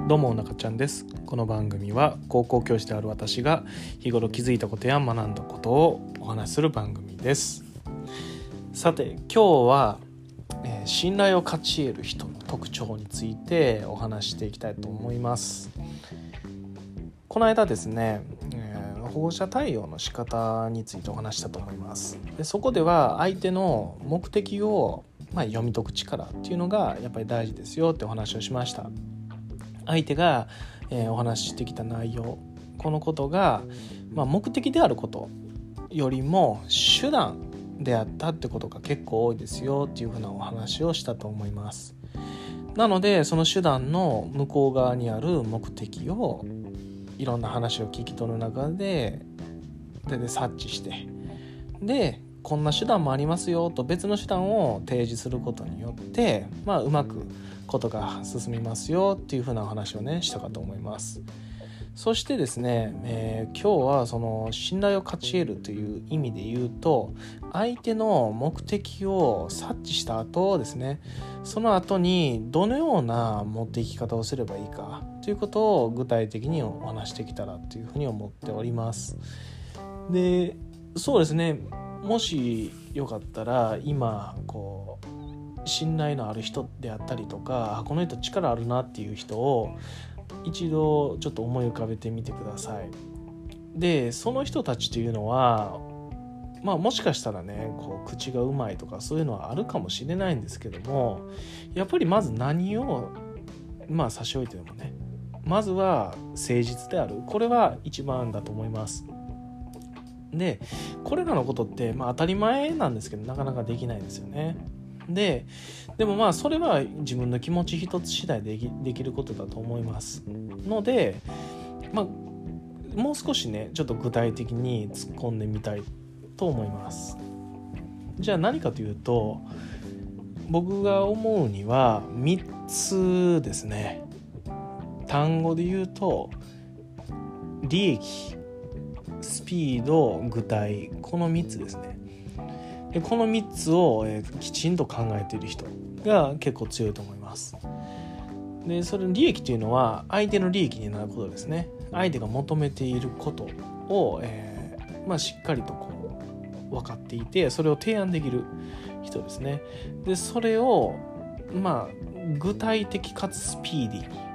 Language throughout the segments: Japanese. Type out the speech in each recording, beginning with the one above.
どうも中ちゃんです。この番組は高校教師である私が日頃気づいたことや学んだことをお話しする番組です。さて今日は、信頼を勝ち得る人の特徴についてお話していきたいと思います。この間ですね、保護者対応の仕方についてお話したと思います。でそこでは相手の目的を読み解く力っていうのがやっぱり大事ですよってお話をしました。相手が、お話ししてきた内容、このことが、目的であることよりも手段であったってことが結構多いですよっていうふうなお話をしたと思います。なのでその手段の向こう側にある目的をいろんな話を聞き取る中で察知して、でこんな手段もありますよと別の手段を提示することによって、うまくことが進みますよっていうふうなお話をねしたかと思います。そしてですね、今日はその信頼を勝ち得るという意味で言うと、相手の目的を察知した後ですね、その後にどのような持っていき方をすればいいかということを具体的にお話してきたらというふうに思っております。で、そうですね、もしよかったら今信頼のある人であったりとか、この人力あるなっていう人を一度ちょっと思い浮かべてみてください。でその人たちというのはもしかしたらね口がうまいとかそういうのはあるかもしれないんですけども、やっぱりまず何を差し置いてでもね、まずは誠実である、これは一番だと思います。でこれらのことって当たり前なんですけどなかなかできないですよね。でもそれは自分の気持ち一つ次第でできることだと思いますので、もう少しねちょっと具体的に突っ込んでみたいと思います。じゃあ何かというと、僕が思うには3つですね。単語で言うと利益、スピード、具体、この3つですね。でこの3つを、きちんと考えている人が結構強いと思います。でそれの利益というのは相手の利益になることですね。相手が求めていることを、しっかりと分かっていて、それを提案できる人ですね。でそれを具体的かつスピーディーに、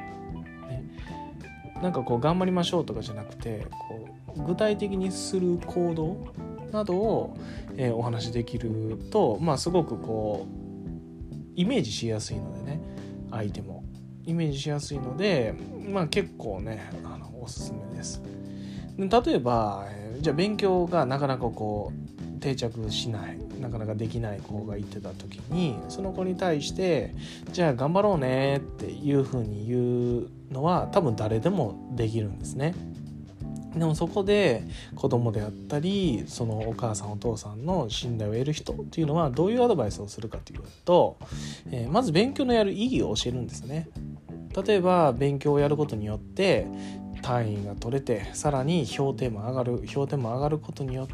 頑張りましょうとかじゃなくて具体的にする行動などを、お話しできると、すごくイメージしやすいのでね、相手もイメージしやすいので、結構ねおすすめです。例えば、じゃあ勉強がなかなか定着しない、なかなかできない子がいてた時に、その子に対してじゃあ頑張ろうねっていう風に言うのは多分誰でもできるんですね。でもそこで子供であったりそのお母さんお父さんの信頼を得る人っていうのはどういうアドバイスをするかというと、まず勉強のやる意義を教えるんですね。例えば勉強をやることによって単位が取れて、さらに評点も上がることによって、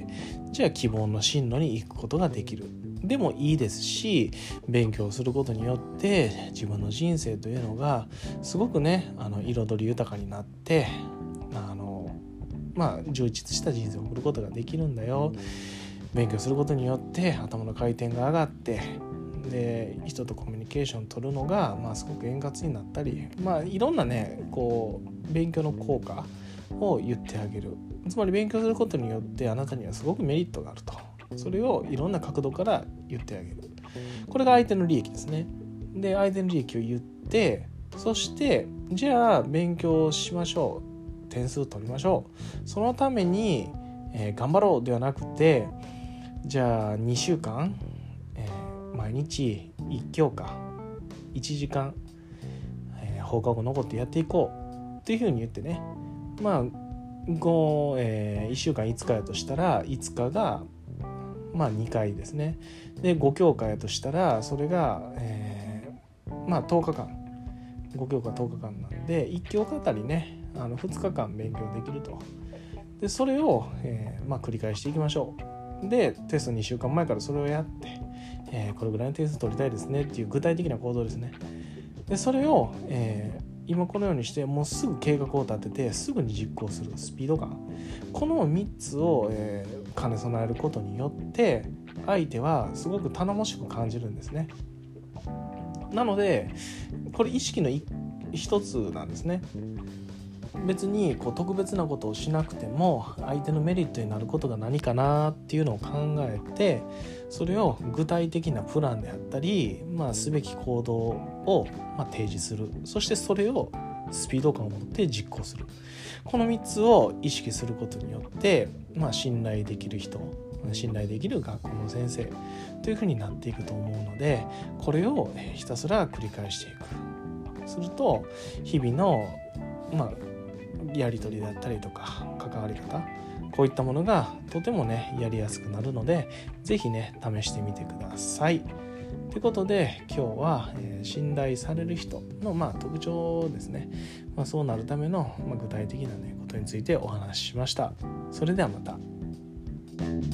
じゃあ希望の進路に行くことができるでもいいですし、勉強することによって自分の人生というのがすごくね彩り豊かになって充実した人生を送ることができるんだよ。勉強することによって頭の回転が上がって、で人とコミュニケーション取るのがすごく円滑になったり、いろんなね勉強の効果を言ってあげる。つまり勉強することによってあなたにはすごくメリットがあると、それをいろんな角度から言ってあげる。これが相手の利益ですね。で相手の利益を言って、そしてじゃあ勉強しましょう、点数取りましょう、そのために、頑張ろうではなくて、じゃあ2週間、毎日1教科1時間、放課後残ってやっていこうっていうふうに言ってね、1週間5日やとしたら5日が2回ですね。で5教科やとしたらそれが、10日間、5教科10日間なんで1教科あたりね2日間勉強できると。でそれを、繰り返していきましょう。でテスト2週間前からそれをやって、これぐらいの点数取りたいですねっていう具体的な行動ですね。でそれを、 今このようにしてもうすぐ計画を立ててすぐに実行するスピード感、この3つを、兼ね備えることによって相手はすごく頼もしく感じるんですね。なのでこれ意識の一つなんですね。別に特別なことをしなくても相手のメリットになることが何かなっていうのを考えて、それを具体的なプランであったり、すべき行動を提示する。そしてそれをスピード感を持って実行する。この3つを意識することによって、信頼できる人、信頼できる学校の先生というふうになっていくと思うので、これをひたすら繰り返していく。すると日々のやり取りだったりとか関わり方、こういったものがとてもやりやすくなるので、ぜひ試してみてください。ということで今日は、信頼される人の特徴ですね、そうなるための具体的なことについてお話ししました。それではまた。